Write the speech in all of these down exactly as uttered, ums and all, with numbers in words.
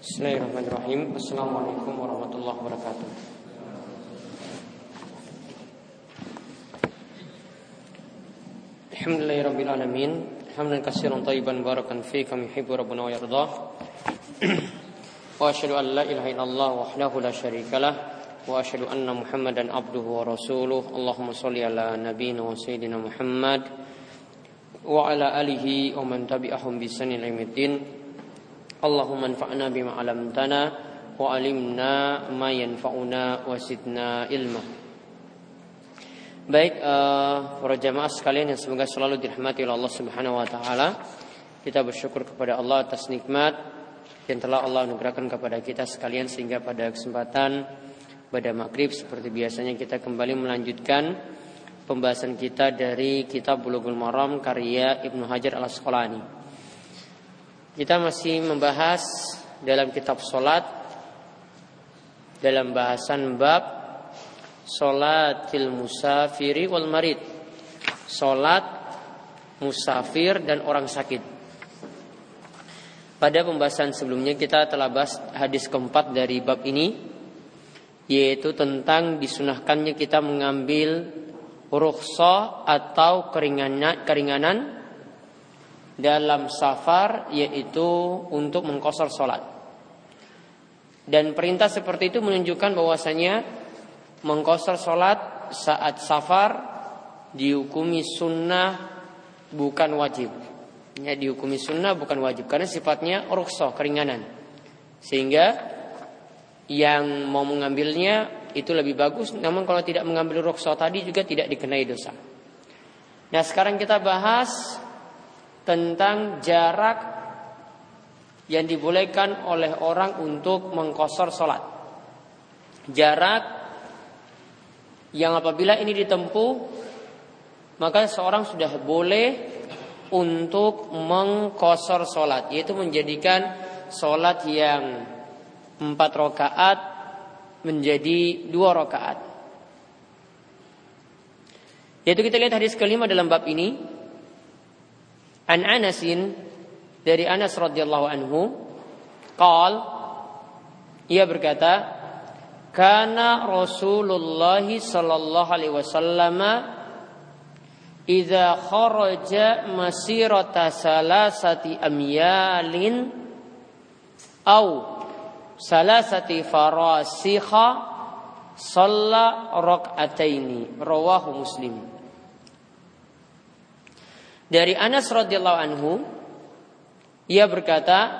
Bismillahirrahmanirrahim. Assalamualaikum warahmatullahi wabarakatuh. Alhamdulillahirabbil alamin. Hamdan katsiran thayyiban barakan fi kama yuhibbu rabbuna wa yardah. Wa asyhadu an la ilaha illallah wahdahu la syarikalah wa asyhadu anna Muhammadan abduhu wa rasuluh. Allahumma shalli ala nabiyyina wa sayyidina Muhammad wa ala alihi wa man tabi'ahum bi ihsanin ila yaumiddin. Allahumma anfa'na bima 'allamtana wa 'allimna ma yanfa'una wa zidna ilma. Baik, uh, para jamaah sekalian yang semoga selalu dirahmati oleh Allah Subhanahu wa taala. Kita bersyukur kepada Allah atas nikmat yang telah Allah anugerahkan kepada kita sekalian, sehingga pada kesempatan pada maghrib seperti biasanya kita kembali melanjutkan pembahasan kita dari kitab Bulughul Maram karya Ibnu Hajar Al-Asqalani. Kita masih membahas dalam kitab solat, dalam bahasan bab solatil musafiri wal marid, solat musafir dan orang sakit. Pada pembahasan sebelumnya kita telah bahas hadis keempat dari bab ini, yaitu tentang disunahkannya kita mengambil rukhsah atau keringanan, keringanan dalam safar, yaitu untuk mengqashar salat. Dan perintah seperti itu menunjukkan bahwasanya mengqashar salat saat safar dihukumi sunnah bukan wajib. Ya, dihukumi sunnah bukan wajib karena sifatnya rukhsah, keringanan. Sehingga yang mau mengambilnya itu lebih bagus, namun kalau tidak mengambil rukhsah tadi juga tidak dikenai dosa. Nah, sekarang kita bahas tentang jarak yang dibolehkan oleh orang untuk mengqashar salat. Jarak yang apabila ini ditempuh, maka seorang sudah boleh untuk mengqashar salat, yaitu menjadikan salat yang empat rakaat menjadi dua rakaat. Yaitu kita lihat hadis kelima dalam bab ini. An Anasin, dari Anas radhiyallahu anhu, qal, ia berkata, kana Rasulullah sallallahu alaihi wasallam idza kharaja masirata salasati amyalin au salasati farasikha shalla rak'ataini, rawahu Muslim. Dari Anas radhiyallahu anhu, ia berkata,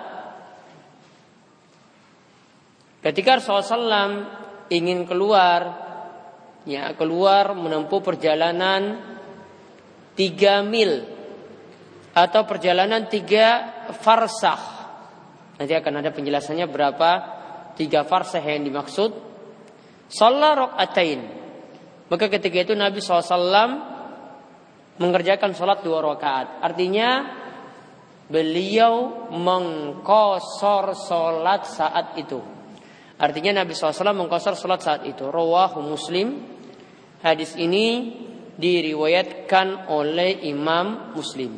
ketika Rasulullah shallallahu alaihi wasallam ingin keluar, ya keluar menempuh perjalanan tiga mil atau perjalanan tiga farsah. Nanti akan ada penjelasannya berapa tiga farsah yang dimaksud. Shalla rak'atain. Maka ketika itu Nabi shallallahu alaihi wasallam mengerjakan sholat dua rakaat. Artinya beliau mengqashar sholat saat itu. Artinya Nabi shallallahu alaihi wasallam mengqashar sholat saat itu. Rawahu Muslim. Hadis ini diriwayatkan oleh Imam Muslim.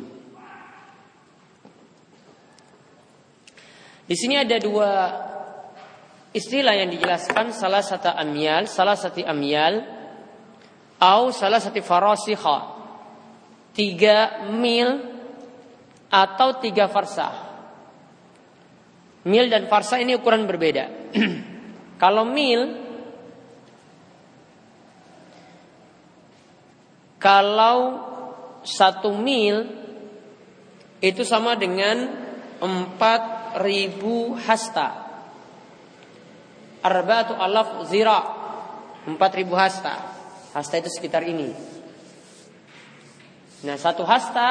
Di sini ada dua istilah yang dijelaskan, salah satu amyal, salah satu amyal, atau salah satu farasikha. Tiga mil atau tiga farsah. Mil dan farsah ini ukuran berbeda. Kalau mil, kalau satu mil itu sama dengan empat ribu hasta. Arba'atu alaf zira, empat ribu hasta. Hasta itu sekitar ini. Nah, satu hasta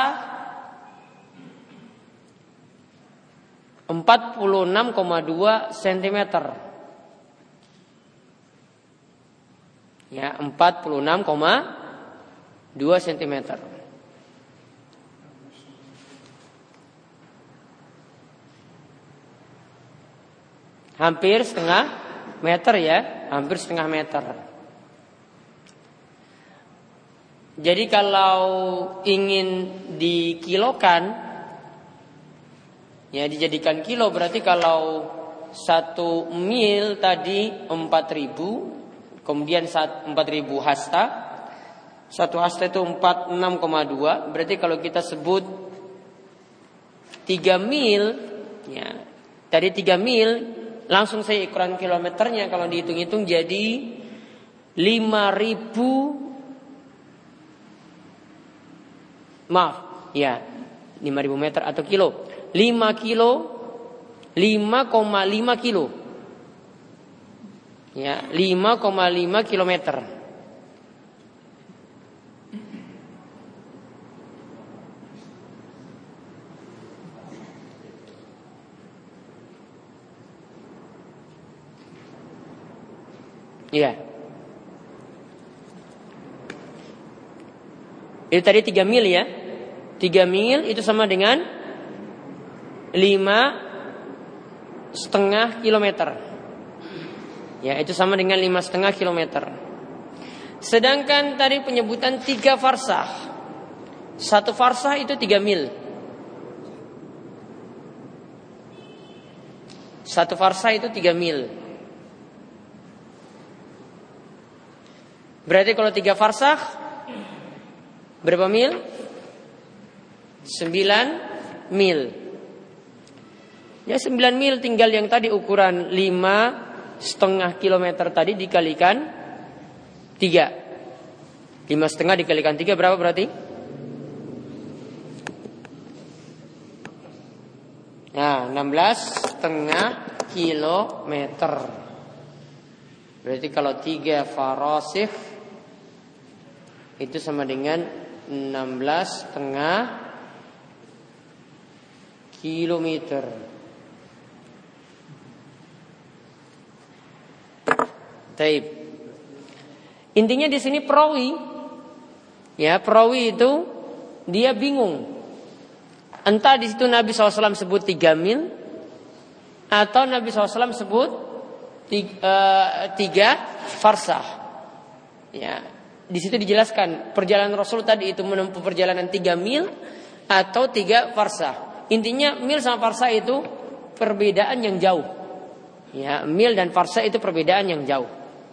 empat puluh enam koma dua sentimeter. Ya, empat puluh enam koma dua sentimeter. Hampir setengah meter ya, hampir setengah meter. Jadi kalau ingin dikilokan, ya dijadikan kilo, berarti kalau satu mil tadi empat ribu, kemudian empat ribu hasta. Satu hasta itu empat puluh enam koma dua. Berarti kalau kita sebut tiga mil, ya, dari tiga mil langsung saya ukuran kilometernya kalau dihitung-hitung jadi lima ribu, maaf ya, lima ribu meter atau kilo, lima kilo, lima koma lima kilo, ya, lima koma lima kilometer. Iya. Itu tadi tiga mil ya. tiga mil itu sama dengan lima setengah kilometer. Ya, itu sama dengan lima setengah kilometer. Sedangkan tadi penyebutan tiga farsah. Satu farsah itu tiga mil. Satu farsah itu tiga mil. Berarti kalau tiga farsah berapa mil? Sembilan mil. Ya, sembilan mil, tinggal yang tadi ukuran lima setengah kilometer tadi dikalikan tiga. Lima setengah dikalikan tiga berapa berarti? Nah, enam belas setengah kilometer. Berarti kalau tiga farasih itu sama dengan enam belas setengah kilometer. Taib. Intinya di sini perawi, ya, perawi itu dia bingung. Entah di situ Nabi shallallahu alaihi wasallam sebut tiga mil atau Nabi shallallahu alaihi wasallam sebut tiga, uh, tiga farsah. Ya. Di situ dijelaskan perjalanan Rasul tadi itu menempuh perjalanan tiga mil atau tiga farsah. Intinya mil sama farsah itu perbedaan yang jauh. Ya, mil dan farsah itu perbedaan yang jauh.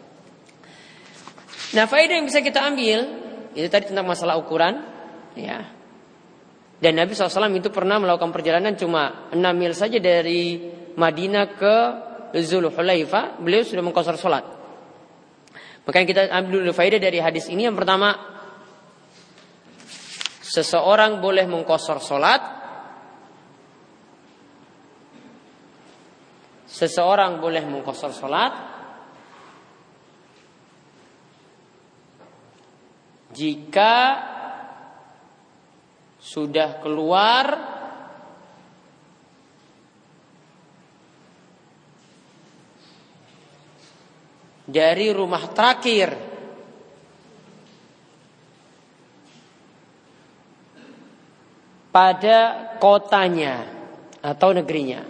Nah, faedah yang bisa kita ambil itu tadi tentang masalah ukuran, ya. Dan Nabi shallallahu alaihi wasallam itu pernah melakukan perjalanan cuma enam mil saja dari Madinah ke Zulhulaifah, beliau sudah mengqashar salat. Makanya kita ambil dulu faedah dari hadis ini. Yang pertama, seseorang boleh mengqashar salat. Seseorang boleh mengqashar salat jika sudah keluar dari rumah terakhir pada kotanya atau negerinya.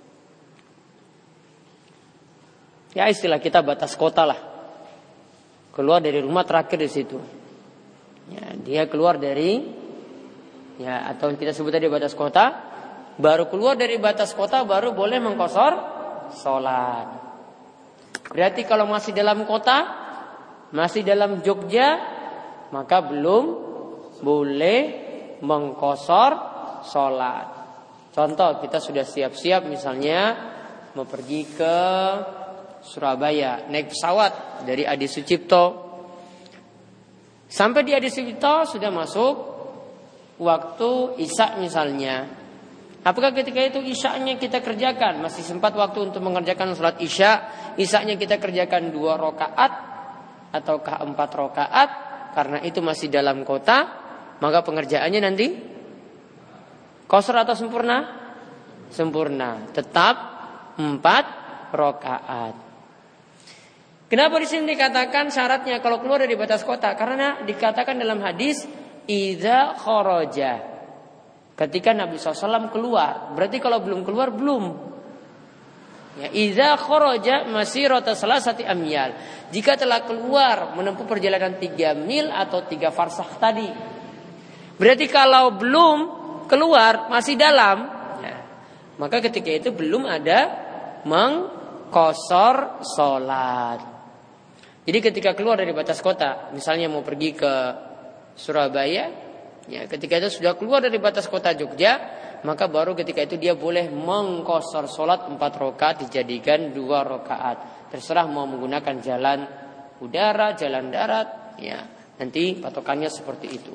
Ya, istilah kita batas kota lah. Keluar dari rumah terakhir di situ. Ya, dia keluar dari, ya, atau kita sebut tadi batas kota. Baru keluar dari batas kota baru boleh mengqashar salat. Berarti kalau masih dalam kota, masih dalam Jogja, maka belum boleh mengqashar salat. Contoh, kita sudah siap-siap misalnya mau pergi ke Surabaya, naik pesawat dari Adi Sucipto. Sampai di Adi Sucipto sudah masuk waktu Isya misalnya. Apakah ketika itu Isya'nya kita kerjakan? Masih sempat waktu untuk mengerjakan sholat Isya. Isya'nya kita kerjakan dua rakaat ataukah empat rakaat? Karena itu masih dalam kota, maka pengerjaannya nanti qashar atau sempurna? Sempurna. Tetap empat rakaat. Kenapa di sini dikatakan syaratnya kalau keluar dari batas kota? Karena dikatakan dalam hadis idza kharaja. Ketika Nabi shallallahu alaihi wasallam keluar, berarti kalau belum keluar belum. Ya, idza kharaja masirata salasati amyal. Jika telah keluar menempuh perjalanan tiga mil atau tiga farsah tadi. Berarti kalau belum keluar masih dalam, ya, maka ketika itu belum ada mengqashar sholat. Jadi ketika keluar dari batas kota, misalnya mau pergi ke Surabaya, ya ketika itu sudah keluar dari batas kota Jogja, maka baru ketika itu dia boleh mengqashar sholat empat rakaat dijadikan dua rakaat. Terserah mau menggunakan jalan udara, jalan darat, ya nanti patokannya seperti itu.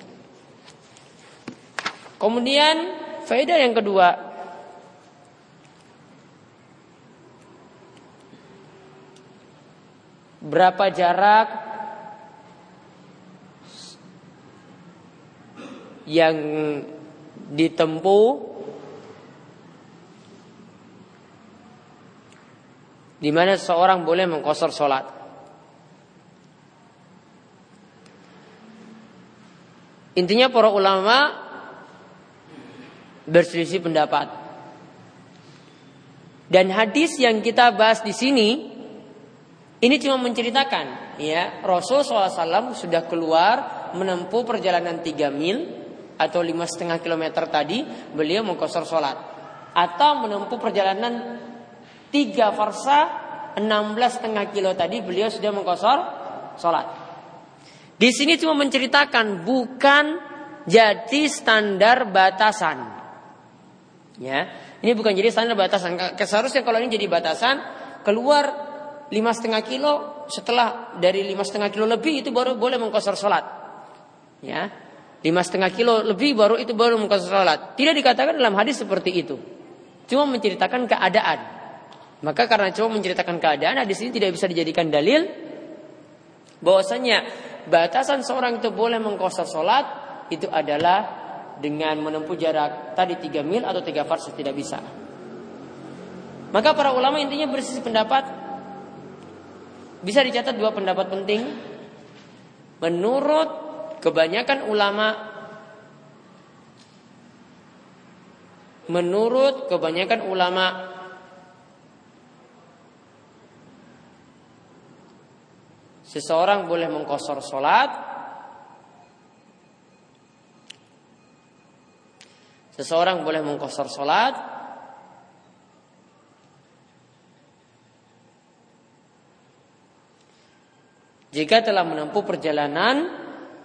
Kemudian faedah yang kedua, berapa jarak yang ditempuh di mana seorang boleh mengqashar sholat. Intinya para ulama berselisih pendapat. Dan hadis yang kita bahas di sini ini cuma menceritakan, ya Rasul shallallahu alaihi wasallam sudah keluar menempuh perjalanan tiga mil atau lima setengah kilometer tadi, beliau mengqashar sholat. Atau menempuh perjalanan tiga farsa enam belas setengah kilo tadi, beliau sudah mengqashar sholat. Di sini cuma menceritakan, bukan jadi standar batasan. Ya, ini bukan jadi standar batasan. Seharusnya kalau ini jadi batasan, keluar lima setengah kilo, setelah dari lima setengah kilo lebih itu baru boleh mengqashar sholat. Ya, lima setengah kilo lebih baru itu baru mengqashar sholat. Tidak dikatakan dalam hadis seperti itu. Cuma menceritakan keadaan. Maka karena cuma menceritakan keadaan, hadis ini tidak bisa dijadikan dalil bahwasanya batasan seorang itu boleh mengqashar sholat itu adalah dengan menempuh jarak tadi tiga mil atau tiga farsa, tidak bisa. Maka para ulama intinya berselisih pendapat. Bisa dicatat dua pendapat penting. Menurut kebanyakan ulama, menurut kebanyakan ulama seseorang boleh mengqashar sholat, seseorang boleh mengqashar sholat jika telah menempuh perjalanan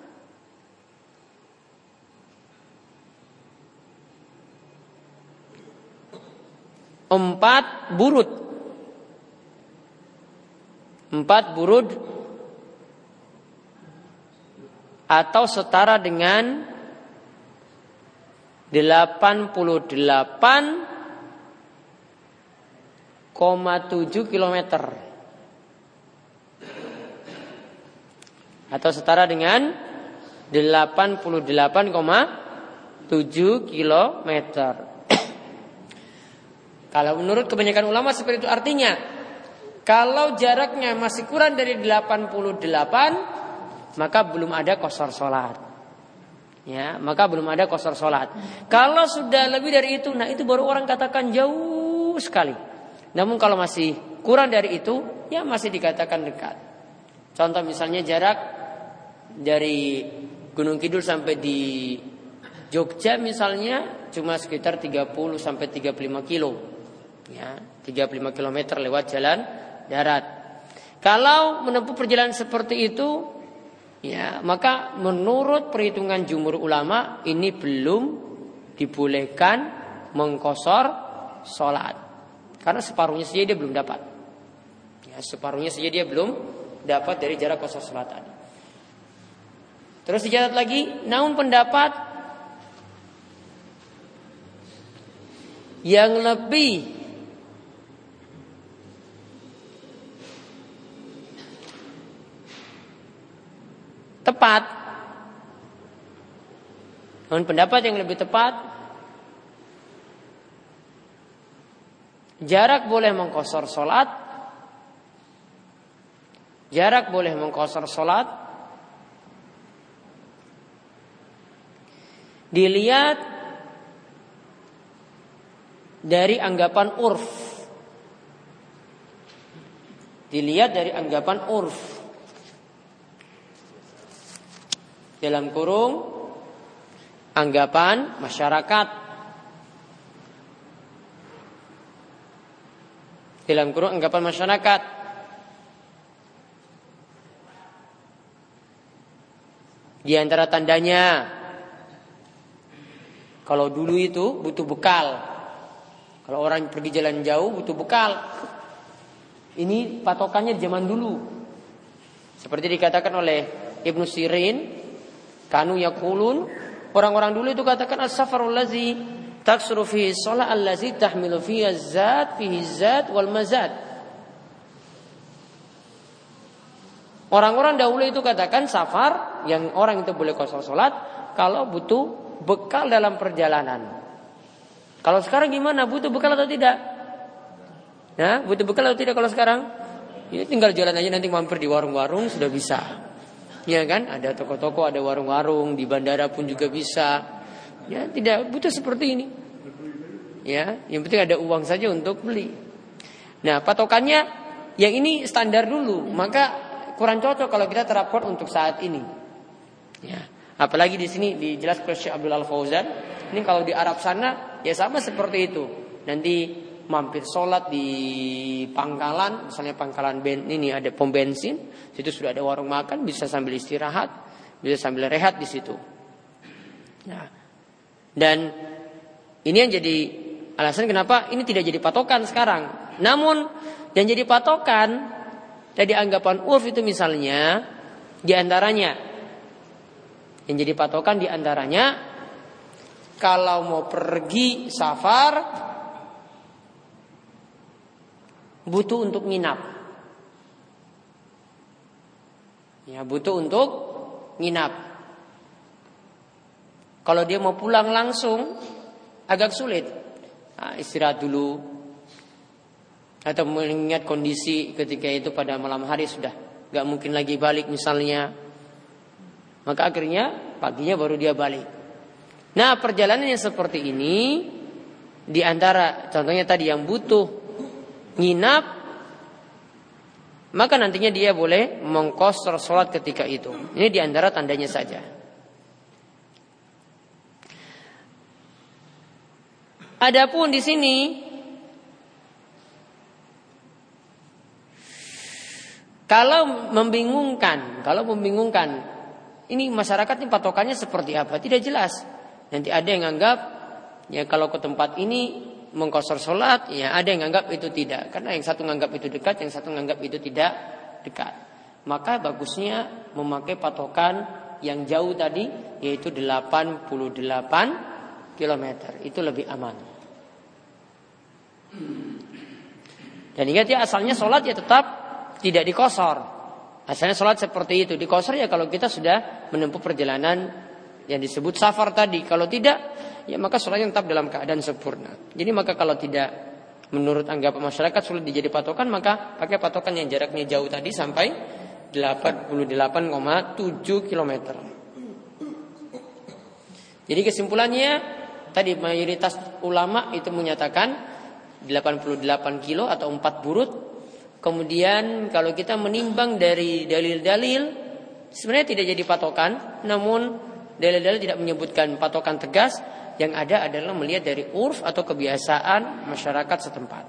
empat burud, empat burud atau setara dengan delapan puluh delapan koma tujuh kilometer atau setara dengan delapan puluh delapan koma tujuh kilometer. Kalau menurut kebanyakan ulama seperti itu, artinya kalau jaraknya masih kurang dari delapan puluh delapan, maka belum ada qashar sholat. Ya, maka belum ada qashar sholat. Kalau sudah lebih dari itu, nah itu baru orang katakan jauh sekali. Namun kalau masih kurang dari itu, ya masih dikatakan dekat. Contoh misalnya jarak dari Gunung Kidul sampai di Jogja misalnya cuma sekitar tiga puluh sampai tiga puluh lima kilo. Ya, tiga puluh lima kilometer lewat jalan darat. Kalau menempuh perjalanan seperti itu, ya, maka menurut perhitungan jumhur ulama ini belum dibolehkan mengqashar sholat, karena separuhnya saja dia belum dapat. Ya, separuhnya saja dia belum dapat dari jarak qashar sholat tadi. Terus dicatat lagi, namun pendapat yang lebih tepat, namun pendapat yang lebih tepat, jarak boleh mengqashar sholat, jarak boleh mengqashar sholat dilihat dari anggapan urf, dilihat dari anggapan urf, dalam kurung anggapan masyarakat. dalam kurung anggapan masyarakat. Di antara tandanya, kalau dulu itu butuh bekal. Kalau orang pergi jalan jauh butuh bekal. Ini patokannya zaman dulu. Seperti dikatakan oleh Ibnu Sirin, kanu yaqulun, orang-orang dulu itu katakan as-safarul ladzi taksuru fihi shalah allazi tahmilu fihi az-zat fihi zat wal mazad. Orang-orang dahulu itu katakan safar yang orang itu boleh qasar salat kalau butuh bekal dalam perjalanan. Kalau sekarang gimana? Butuh bekal atau tidak? Ya, butuh bekal atau tidak kalau sekarang? Ini tinggal jalan aja, nanti mampir di warung-warung sudah bisa. Ya kan? Ada toko-toko, ada warung-warung, di bandara pun juga bisa. Ya, tidak butuh seperti ini. Ya, yang penting ada uang saja untuk beli. Nah, patokannya yang ini standar dulu, maka kurang cocok kalau kita terapkan untuk saat ini. Ya, apalagi di sini dijelaskan oleh Syekh Abdul Al-Fauzan, ini kalau di Arab sana ya sama seperti itu. Nanti mampir sholat di pangkalan, misalnya pangkalan ben, ini ada pom bensin, situ sudah ada warung makan, bisa sambil istirahat, bisa sambil rehat di situ. Nah, dan ini yang jadi alasan kenapa ini tidak jadi patokan sekarang. Namun yang jadi patokan tadi anggapan urf itu misalnya diantaranya, yang jadi patokan diantaranya kalau mau pergi safar butuh untuk nginap. Ya, butuh untuk nginap. Kalau dia mau pulang langsung agak sulit. Nah, istirahat dulu. Atau mengingat kondisi ketika itu pada malam hari sudah gak mungkin lagi balik misalnya. Maka akhirnya paginya baru dia balik. Nah, perjalanan yang seperti ini di antara contohnya tadi yang butuh nginap, maka nantinya dia boleh mengqashar sholat ketika itu. Ini diantara tandanya saja. Adapun di sini kalau membingungkan, kalau membingungkan, ini masyarakat ini patokannya seperti apa? Tidak jelas. Nanti ada yang anggap ya kalau ke tempat ini mengqashar sholat, ya ada yang anggap itu tidak. Karena yang satu menganggap itu dekat, yang satu menganggap itu tidak dekat. Maka bagusnya memakai patokan yang jauh tadi, yaitu delapan puluh delapan kilometer. Itu lebih aman. Dan ingat ya, asalnya sholat ya tetap tidak diqashar. Asalnya sholat seperti itu. Diqashar ya kalau kita sudah menempuh perjalanan yang disebut safar tadi. Kalau tidak, ya maka sholatnya tetap dalam keadaan sempurna. Jadi maka kalau tidak menurut anggapan masyarakat sulit dijadi patokan, maka pakai patokan yang jaraknya jauh tadi sampai delapan puluh delapan koma tujuh kilometer. Jadi kesimpulannya tadi mayoritas ulama itu menyatakan delapan puluh delapan kilo atau empat burut. Kemudian kalau kita menimbang dari dalil-dalil sebenarnya tidak jadi patokan, namun dalil-dalil tidak menyebutkan patokan tegas. Yang ada adalah melihat dari urf atau kebiasaan masyarakat setempat.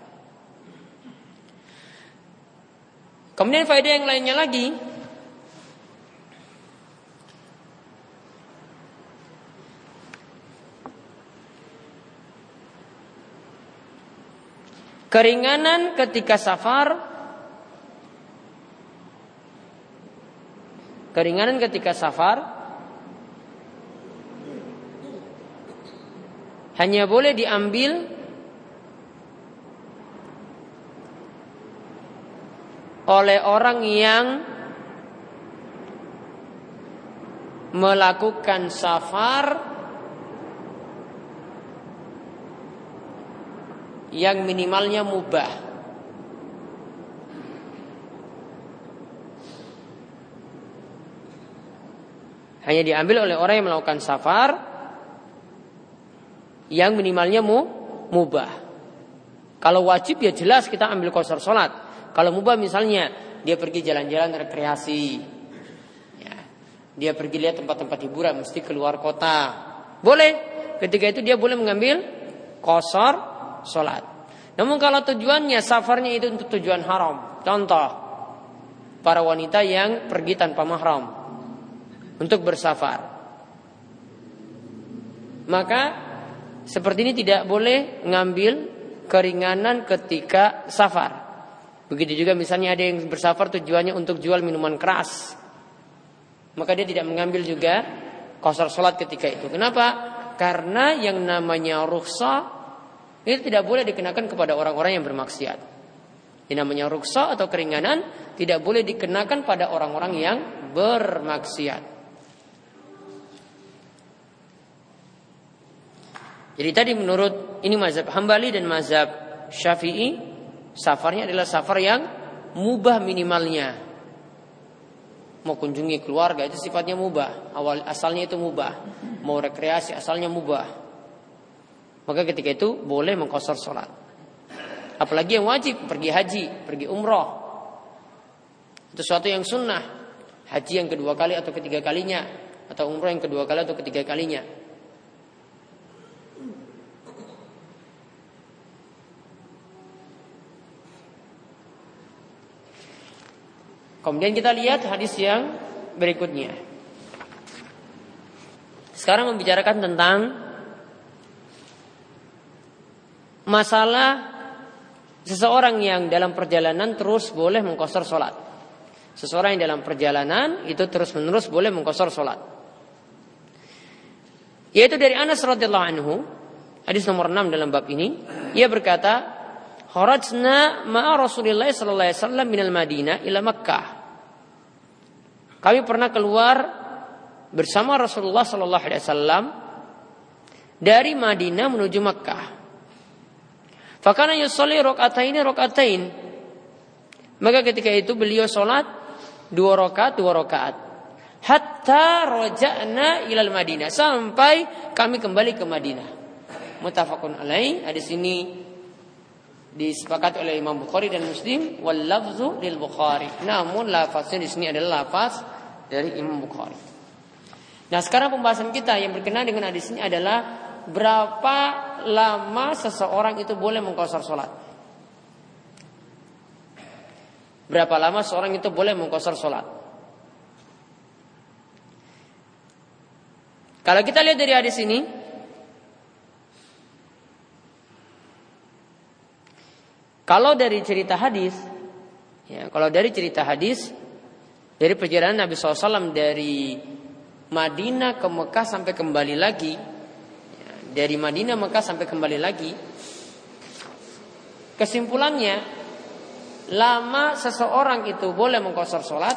Kemudian faedah yang lainnya lagi, keringanan ketika safar, keringanan ketika safar hanya boleh diambil oleh orang yang melakukan safar yang minimalnya mubah. Hanya diambil oleh orang yang melakukan safar yang minimalnya mu, mubah. Kalau wajib ya jelas kita ambil qashar sholat. Kalau mubah misalnya dia pergi jalan-jalan rekreasi, ya, dia pergi lihat tempat-tempat hiburan, mesti keluar kota, boleh. Ketika itu dia boleh mengambil qashar sholat. Namun kalau tujuannya safarnya itu untuk tujuan haram, contoh para wanita yang pergi tanpa mahram untuk bersafar, maka seperti ini tidak boleh ngambil keringanan ketika safar. Begitu juga misalnya ada yang bersafar tujuannya untuk jual minuman keras, maka dia tidak mengambil juga qasar salat ketika itu. Kenapa? Karena yang namanya rukhsah itu tidak boleh dikenakan kepada orang-orang yang bermaksiat. Yang namanya rukhsah atau keringanan tidak boleh dikenakan pada orang-orang yang bermaksiat. Jadi tadi menurut ini mazhab Hambali dan mazhab Syafi'i, safarnya adalah safar yang mubah minimalnya. Mau kunjungi keluarga itu sifatnya mubah, awal asalnya itu mubah. Mau rekreasi asalnya mubah. Maka ketika itu boleh mengqashar salat. Apalagi yang wajib, pergi haji, pergi umroh, itu sesuatu yang sunnah. Haji yang kedua kali atau ketiga kalinya, atau umroh yang kedua kali atau ketiga kalinya. Kemudian kita lihat hadis yang berikutnya. Sekarang membicarakan tentang masalah seseorang yang dalam perjalanan terus boleh mengqashar salat. Seseorang yang dalam perjalanan itu terus-menerus boleh mengqashar salat. Yaitu dari Anas radhiyallahu anhu, hadis nomor enam dalam bab ini, ia berkata, "Kharajna ma'a Rasulillah sallallahu alaihi wasallam minal Madinah ila Makkah." Kami pernah keluar bersama Rasulullah sallallahu alaihi wasallam dari Madinah menuju Makkah. Fakana yusolli rakaataini rakaatain. Maka ketika itu beliau sholat dua rakaat dua rakaat. Hatta raja'na ilal Madinah, sampai kami kembali ke Madinah. Muttafaqun alaih. Hadis ini disepakati oleh Imam Bukhari dan Muslim. Wal lafzu lil Bukhari. Namun lafaznya di sini adalah lafaz dari Imam Bukhari. Nah, sekarang pembahasan kita yang berkenaan dengan hadis ini adalah berapa lama seseorang itu boleh mengqashar salat. Berapa lama seorang itu boleh mengqashar salat? Kalau kita lihat dari hadis ini, kalau dari cerita hadis, ya, kalau dari cerita hadis dari perjalanan Nabi shallallahu alaihi wasallam dari Madinah ke Mekah sampai kembali lagi, dari Madinah Mekah sampai kembali lagi, kesimpulannya lama seseorang itu boleh mengqashar salat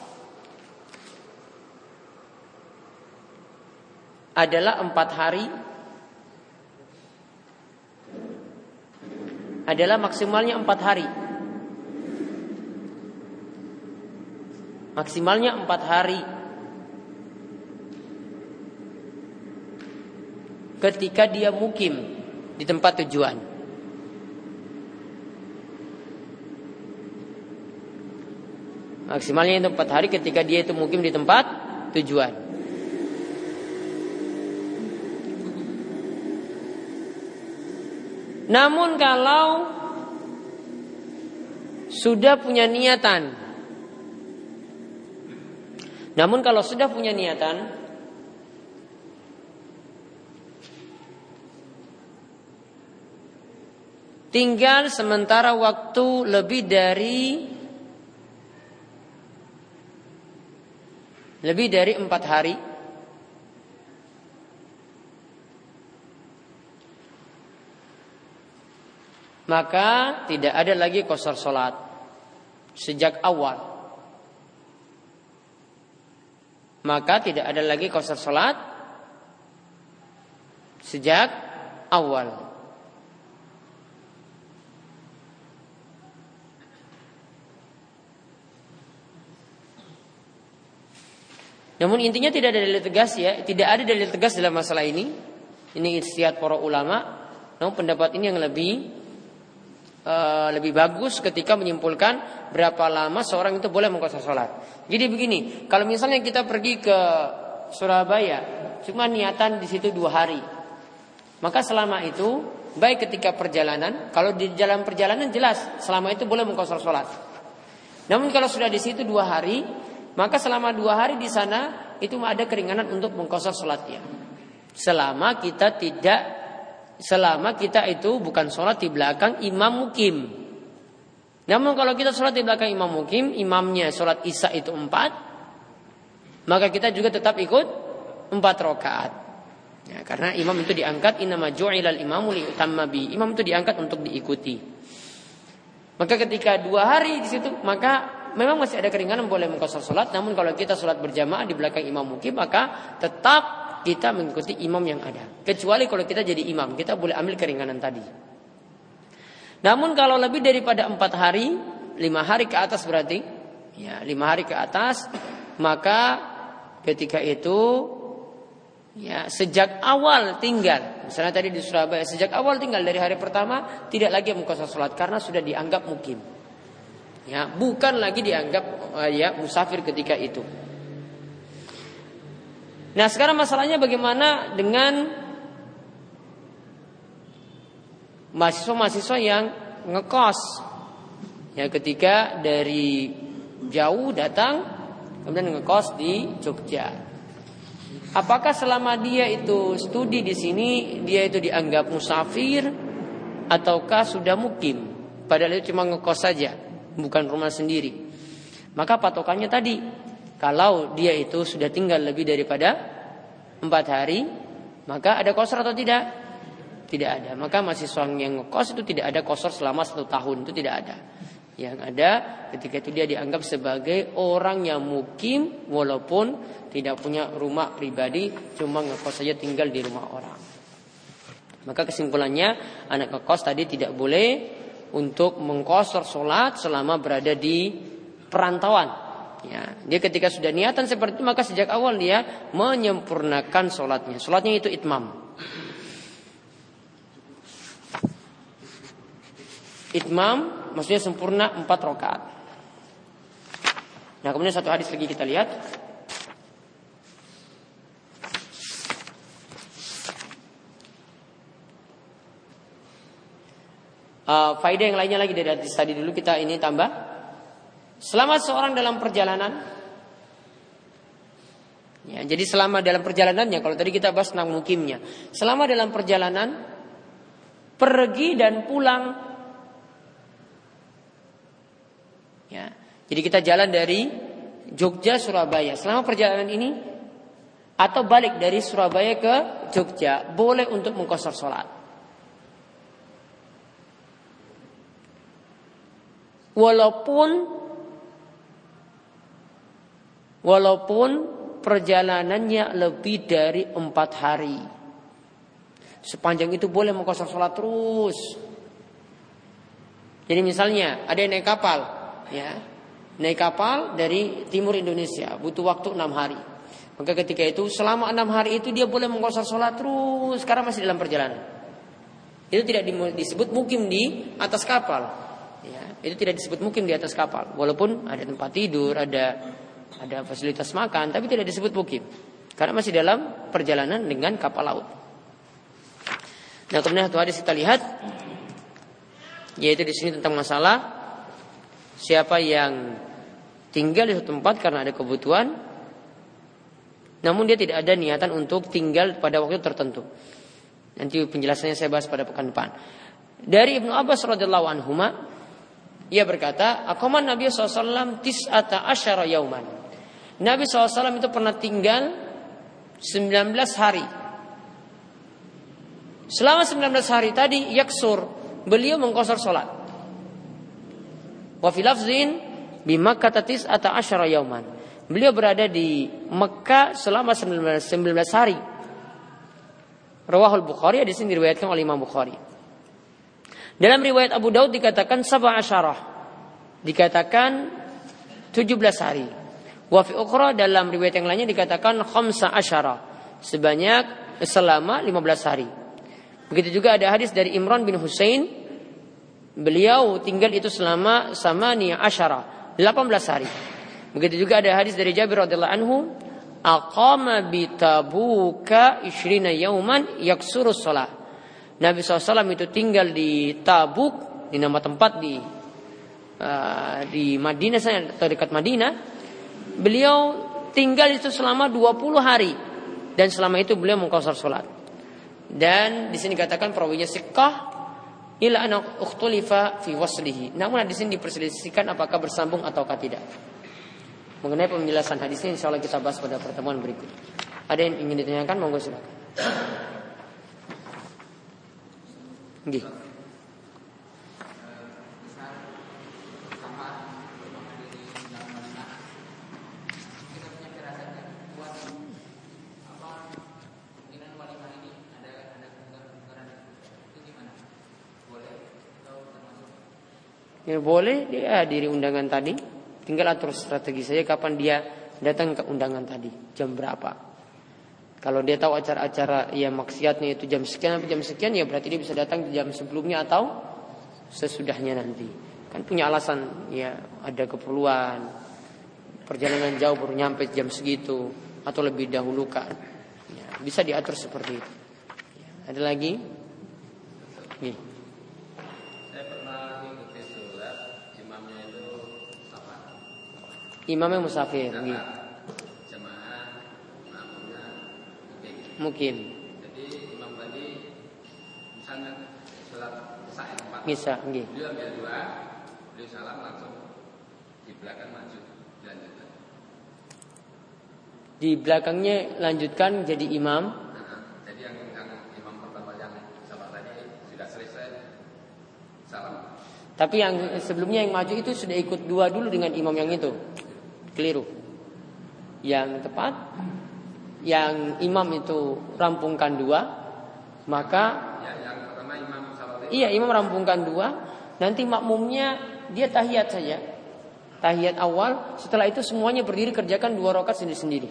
adalah empat hari, adalah maksimalnya empat hari, maksimalnya empat hari. Ketika dia mukim di tempat tujuan. Maksimalnya itu empat hari ketika dia itu mukim di tempat tujuan. Namun kalau sudah punya niatan, namun kalau sudah punya niatan, tinggal sementara waktu lebih dari lebih dari empat hari, maka tidak ada lagi qashar salat sejak awal. Maka tidak ada lagi qashar salat sejak awal. Namun intinya tidak ada dalil tegas, ya, tidak ada dalil tegas dalam masalah ini. Ini ijtihad para ulama. Namun pendapat ini yang lebih uh, lebih bagus ketika menyimpulkan berapa lama seorang itu boleh mengqashar salat. Jadi begini, kalau misalnya kita pergi ke Surabaya, cuma niatan di situ dua hari, maka selama itu baik ketika perjalanan, kalau di jalan perjalanan jelas selama itu boleh mengqashar sholat. Namun kalau sudah di situ dua hari, maka selama dua hari di sana itu ada keringanan untuk mengqashar sholatnya. Selama kita tidak, selama kita itu bukan sholat di belakang imam mukim. Namun kalau kita sholat di belakang imam mukim, imamnya sholat isya itu empat, maka kita juga tetap ikut empat rakaat. Ya, karena imam itu diangkat innama ju'ilal imamu liyutamma bi. Imam itu diangkat untuk diikuti. Maka ketika dua hari di situ, maka memang masih ada keringanan boleh mengqashar salat. Namun kalau kita salat berjamaah di belakang imam mukim, maka tetap kita mengikuti imam yang ada. Kecuali kalau kita jadi imam, kita boleh ambil keringanan tadi. Namun kalau lebih daripada empat hari, lima hari ke atas berarti, ya lima hari ke atas, maka ketika itu ya sejak awal tinggal, misalnya tadi di Surabaya, sejak awal tinggal dari hari pertama tidak lagi mengqashar salat karena sudah dianggap mukim. Ya, bukan lagi dianggap uh, ya musafir ketika itu. Nah, sekarang masalahnya bagaimana dengan mahasiswa-mahasiswa yang ngekos? Ya, ketika dari jauh datang kemudian ngekos di Jogja. Apakah selama dia itu studi di sini dia itu dianggap musafir ataukah sudah mukim? Padahal itu cuma ngekos saja, bukan rumah sendiri. Maka patokannya tadi, kalau dia itu sudah tinggal lebih daripada empat hari, maka ada qashar atau tidak? Tidak ada. Maka mahasiswa yang ngekos itu tidak ada qashar selama satu tahun, itu tidak ada. Yang ada ketika itu dia dianggap sebagai orang yang mukim walaupun tidak punya rumah pribadi, cuma ngekos saja tinggal di rumah orang. Maka kesimpulannya anak ngekos tadi tidak boleh untuk mengqashar sholat selama berada di perantauan. Ya, dia ketika sudah niatan seperti itu maka sejak awal dia menyempurnakan sholatnya. Sholatnya itu itmam. Itmam maksudnya sempurna empat rakaat. Nah, kemudian satu hadis lagi kita lihat. Uh, faedah yang lainnya lagi dari hadis tadi dulu kita ini tambah. Selama seorang dalam perjalanan, ya, jadi selama dalam perjalanannya, kalau tadi kita bahas tentang mukimnya, selama dalam perjalanan pergi dan pulang, ya, jadi kita jalan dari Jogja Surabaya. Selama perjalanan ini atau balik dari Surabaya ke Jogja, boleh untuk mengqashar salat. Walaupun Walaupun perjalanannya lebih dari empat hari, sepanjang itu boleh mengqashar salat terus. Jadi misalnya ada yang naik kapal, ya, naik kapal dari timur Indonesia, butuh waktu enam hari. Maka ketika itu selama enam hari itu dia boleh mengqashar salat terus karena masih dalam perjalanan. Itu tidak disebut mukim di atas kapal. Ya, itu tidak disebut mukim di atas kapal. Walaupun ada tempat tidur, ada ada fasilitas makan, tapi tidak disebut mukim karena masih dalam perjalanan dengan kapal laut. Nah, kemudian satu hadis kita lihat, yaitu di sini tentang masalah siapa yang tinggal di suatu tempat karena ada kebutuhan, namun dia tidak ada niatan untuk tinggal pada waktu tertentu. Nanti penjelasannya saya bahas pada pekan depan. Dari Ibnu Abbas radhiyallahu anhuma, ia berkata, aqaman Nabi sallallahu alaihi wasallam tis'ata asyara yauman. Nabi sallallahu alaihi wasallam itu pernah tinggal sembilan belas hari. Selama sembilan belas hari tadi yaksur, beliau mengqashar salat. Wa fi lafzin bi Makkah tis'ata asyara yauman. Beliau berada di Mekah selama sembilan belas hari. Rawahul Bukhari, hadis ini diriwayatkan oleh Imam Bukhari. Dalam riwayat Abu Daud dikatakan sab'a asyarah, dikatakan tujuh belas hari. Wa fi ukhra, dalam riwayat yang lainnya dikatakan khamsa asyarah, sebanyak selama lima belas hari. Begitu juga ada hadis dari Imran bin Husain, beliau tinggal itu selama samaniya asyarah, delapan belas hari. Begitu juga ada hadis dari Jabir radhiyallahu anhu, aqama bi Tabuka ishrina yauman yaksuru shalah. Nabi shallallahu alaihi wasallam itu tinggal di Tabuk, di nama tempat di uh, di Madinah atau dekat Madinah. Beliau tinggal itu selama dua puluh hari dan selama itu beliau mengqashar salat. Dan di sini dikatakan perawinya siqah ila an ukhtulifa fi waslihi. Namun di sini diperselisihkan apakah bersambung ataukah tidak. Mengenai penjelasan hadis ini insyaallah kita bahas pada pertemuan berikut. Ada yang ingin ditanyakan, monggo silakan. Nggih. Ya boleh dia hadiri undangan tadi, tinggal atur strategi saja kapan dia datang ke undangan tadi, jam berapa. Kalau dia tahu acara-acara ya maksiatnya itu jam sekian sampai jam sekian, ya berarti dia bisa datang jam sebelumnya atau sesudahnya nanti. Kan punya alasan, ya ada keperluan, perjalanan jauh baru nyampe jam segitu atau lebih dahulu kan. Ya, bisa diatur seperti itu. Ya, ada lagi? Nih. Imamnya musafir, gitu. Jemaah makmumnya mungkin. Mungkin. Jadi imam tadi misalnya salat sa'i empat. Bisa, nggih. Beliau ambil dua, beliau salam langsung di belakang maju dilanjutkan. Di belakangnya lanjutkan jadi imam. Nah, jadi yang, yang imam pertama yang sahabat tadi sudah selesai salam. Tapi yang sebelumnya yang maju itu sudah ikut dua dulu dengan imam yang itu. Keliru. Yang tepat, yang imam itu rampungkan dua, maka ya, yang pertama imam sahabat. Iya, imam rampungkan dua, nanti makmumnya dia tahiyat saja. Tahiyat awal, setelah itu semuanya berdiri kerjakan dua rakaat sendiri-sendiri.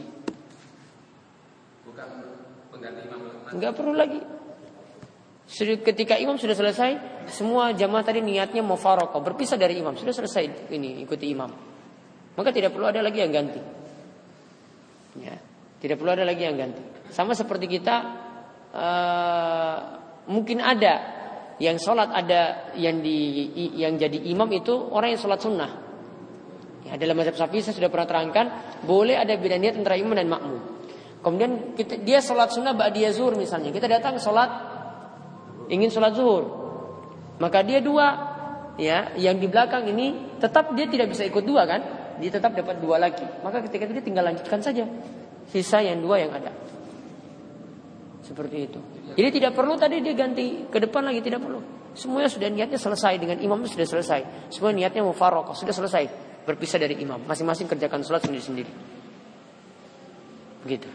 Bukan pengganti imam. Enggak perlu lagi. Ketika imam sudah selesai, semua jamaah tadi niatnya mufaraqah, berpisah dari imam, sudah selesai ini ikuti imam. Maka tidak perlu ada lagi yang ganti. Ya, tidak perlu ada lagi yang ganti. Sama seperti kita uh, mungkin ada yang sholat ada yang di yang jadi imam itu orang yang sholat sunnah. Ya, dalam mazhab Syafi'i saya sudah pernah terangkan, boleh ada beda niat antara imam dan makmum. Kemudian kita, dia sholat sunnah ba'diyah zuhur misalnya, kita datang sholat ingin sholat zuhur, maka dia dua, ya, yang di belakang ini tetap dia tidak bisa ikut dua kan, dia tetap dapat dua lagi. Maka ketika itu dia tinggal lanjutkan saja sisa yang dua yang ada. Seperti itu. Jadi tidak perlu tadi dia ganti ke depan lagi, tidak perlu. Semuanya sudah niatnya selesai dengan imam sudah selesai. Semua niatnya mufaraqah sudah selesai, berpisah dari imam, masing-masing kerjakan sholat sendiri-sendiri. Begitu.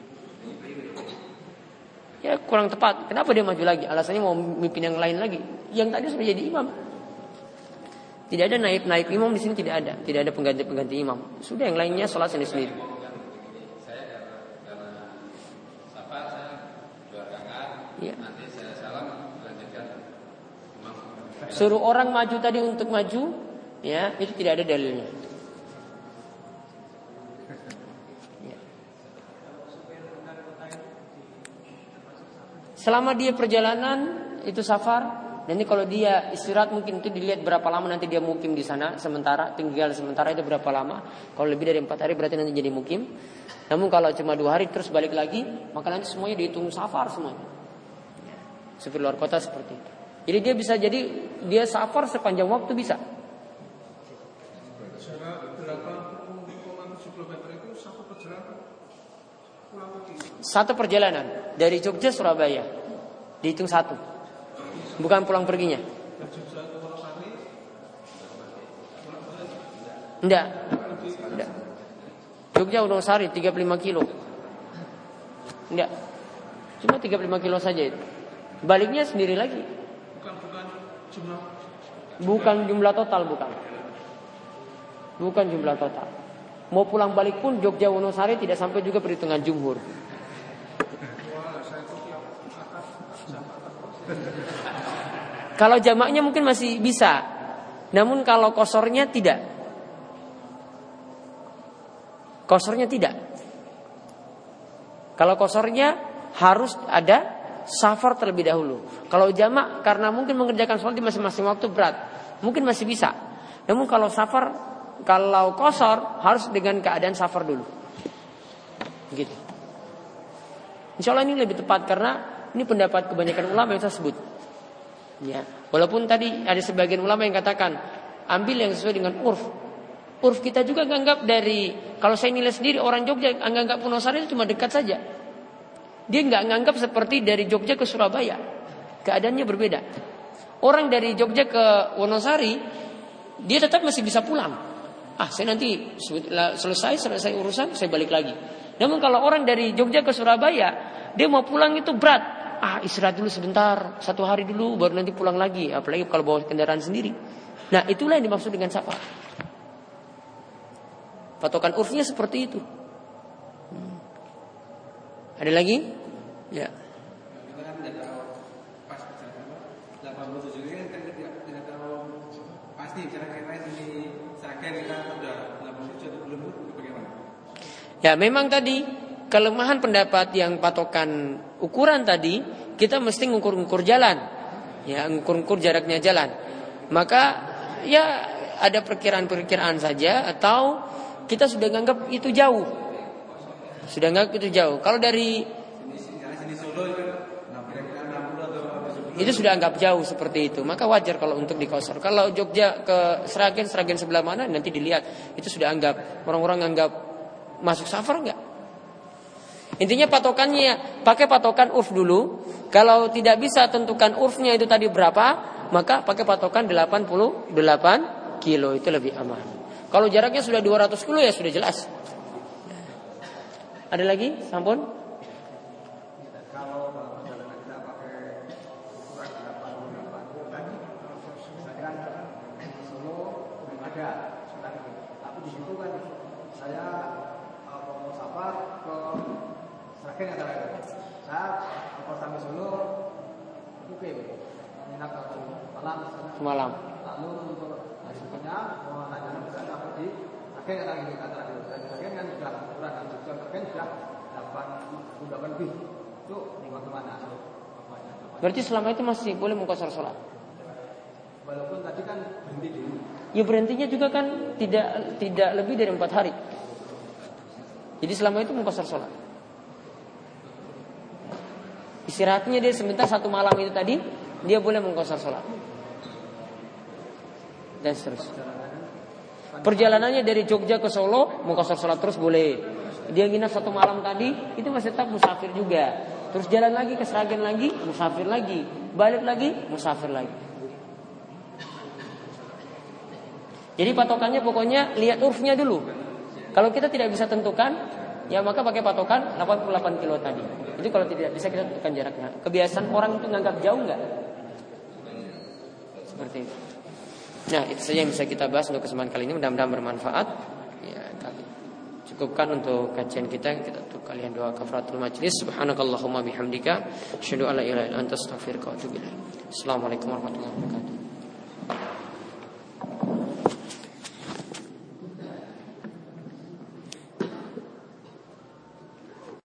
Ya kurang tepat. Kenapa dia maju lagi? Alasannya mau memimpin yang lain lagi. Yang tadi sudah jadi imam. Tidak ada naib-naib imam di sini, tidak ada. Tidak ada pengganti-pengganti imam. Sudah yang lainnya sholat sendiri-sendiri. Saya karena safar saya dua rakaat. Ya. Nanti saya salam lanjutkan imam. Suruh orang maju tadi untuk maju, ya itu tidak ada dalilnya. Selama dia perjalanan itu safar, nanti kalau dia istirahat mungkin itu dilihat berapa lama nanti dia mukim di sana sementara, tinggal sementara itu berapa lama. Kalau lebih dari empat hari berarti nanti jadi mukim. Namun kalau cuma dua hari terus balik lagi, maka nanti semuanya dihitung safar semuanya. Seperti luar kota seperti itu. Jadi dia bisa jadi dia safar sepanjang waktu bisa. Satu perjalanan dari Jogja Surabaya dihitung satu, bukan pulang perginya. Enggak, enggak. Jogja Wonosari tiga puluh lima kilo. Enggak, cuma tiga puluh lima kilo saja itu. Baliknya sendiri lagi. Bukan bukan jumlah. Bukan jumlah total, bukan. Bukan jumlah total. Mau pulang balik pun Jogja Wonosari tidak sampai juga perhitungan jumhur. Kalau jamaknya mungkin masih bisa, namun kalau kosornya tidak. Kosornya tidak. Kalau kosornya harus ada safar terlebih dahulu. Kalau jamak karena mungkin mengerjakan sholat di masing-masing waktu berat, mungkin masih bisa. Namun kalau safar, kalau qasar harus dengan keadaan safar dulu. Gitu. Insya Allah ini lebih tepat karena ini pendapat kebanyakan ulama yang saya sebut. Ya, walaupun tadi ada sebagian ulama yang katakan ambil yang sesuai dengan urf. Urf kita juga nganggap dari, kalau saya nilai sendiri orang Jogja nganggap Wonosari itu cuma dekat saja. Dia nggak nganggap seperti dari Jogja ke Surabaya. Keadaannya berbeda. Orang dari Jogja ke Wonosari dia tetap masih bisa pulang. Ah, saya nanti selesai selesai urusan saya balik lagi. Namun kalau orang dari Jogja ke Surabaya, dia mau pulang itu berat. Ah, istirahat dulu sebentar, satu hari dulu baru nanti pulang lagi. Apalagi kalau bawa kendaraan sendiri. Nah, itulah yang dimaksud dengan safar. Patokan urfnya seperti itu. Hmm. Ada lagi? Ya. Kita kan tidak tahu pas delapan puluh tujuh ini kan tidak tidak tahu pasti kira-kira ini Sragen kita sudah delapan puluh tujuh atau belum, bagaimana? Ya, memang tadi kelemahan pendapat yang patokan ukuran tadi, kita mesti ngukur-ngukur jalan. Ya, ngukur-ngukur jaraknya jalan. Maka ya ada perkiraan-perkiraan saja atau kita sudah nganggap itu jauh. Sudah nganggap itu jauh. Kalau dari itu sudah anggap jauh seperti itu, maka wajar kalau untuk dikosor. Kalau Jogja ke Sragen, Sragen sebelah mana nanti dilihat. Itu sudah anggap, orang-orang anggap masuk safar enggak? Intinya patokannya pakai patokan urf dulu. Kalau tidak bisa tentukan urfnya itu tadi berapa, maka pakai patokan delapan puluh delapan kilo, itu lebih aman. Kalau jaraknya sudah dua ratus kilo ya sudah jelas. Ada lagi? Sampun? Tapi di situ kan saya mau safar ke Sragen ada lagi. Saya ke sampai Solo, oke, menginap satu malam. Malam. Lalu untuk berikutnya mau nanya saya apa di Sragen ada lagi kata di Sragen kan sudah kurang dan juga Sragen sudah delapan delapan lebih. Itu bagaimana? Berarti selama itu masih boleh mengqashar sholat. Walaupun tadi kan berhenti dulu. Ya berhentinya juga kan tidak tidak lebih dari empat hari. Jadi selama itu mengqashar sholat. Istirahatnya dia sebentar satu malam itu tadi, dia boleh mengqashar sholat. Dan seterusnya. Perjalanannya dari Jogja ke Solo mengqashar sholat terus boleh. Dia nginap satu malam tadi, itu masih tetap musafir juga. Terus jalan lagi ke Sragen lagi, musafir lagi. Balik lagi, musafir lagi. Jadi patokannya pokoknya lihat urfnya dulu. Kalau kita tidak bisa tentukan, ya maka pakai patokan delapan puluh delapan kilo tadi. Itu kalau tidak bisa kita tentukan jaraknya. Kebiasaan orang itu nganggap jauh enggak? Seperti itu. Nah, itu saja yang bisa kita bahas untuk kesempatan kali ini. Mudah-mudahan bermanfaat. Ya, kami cukupkan untuk kajian kita. Kita untuk kalian doa kafaratul majlis. Subhanakallahumma bihamdika asyhadu an la ilaha illa anta astaghfiruka wa atubu ilaik. Assalamualaikum warahmatullahi wabarakatuh.